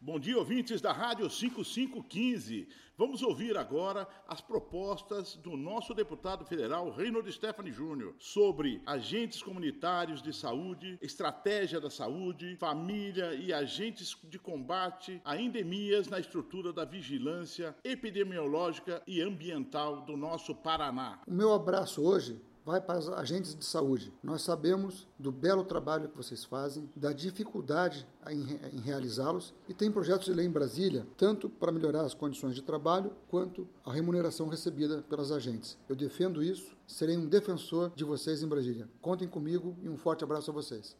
Bom dia, ouvintes da Rádio 5515. Vamos ouvir agora as propostas do nosso deputado federal, Reinaldo Stephanie Júnior, sobre agentes comunitários de saúde, estratégia da saúde, família e agentes de combate a endemias na estrutura da vigilância epidemiológica e ambiental do nosso Paraná. O meu abraço hoje vai para os agentes de saúde. Nós sabemos do belo trabalho que vocês fazem, da dificuldade em realizá-los, e tem projetos de lei em Brasília, tanto para melhorar as condições de trabalho, quanto a remuneração recebida pelos agentes. Eu defendo isso, serei um defensor de vocês em Brasília. Contem comigo e um forte abraço a vocês.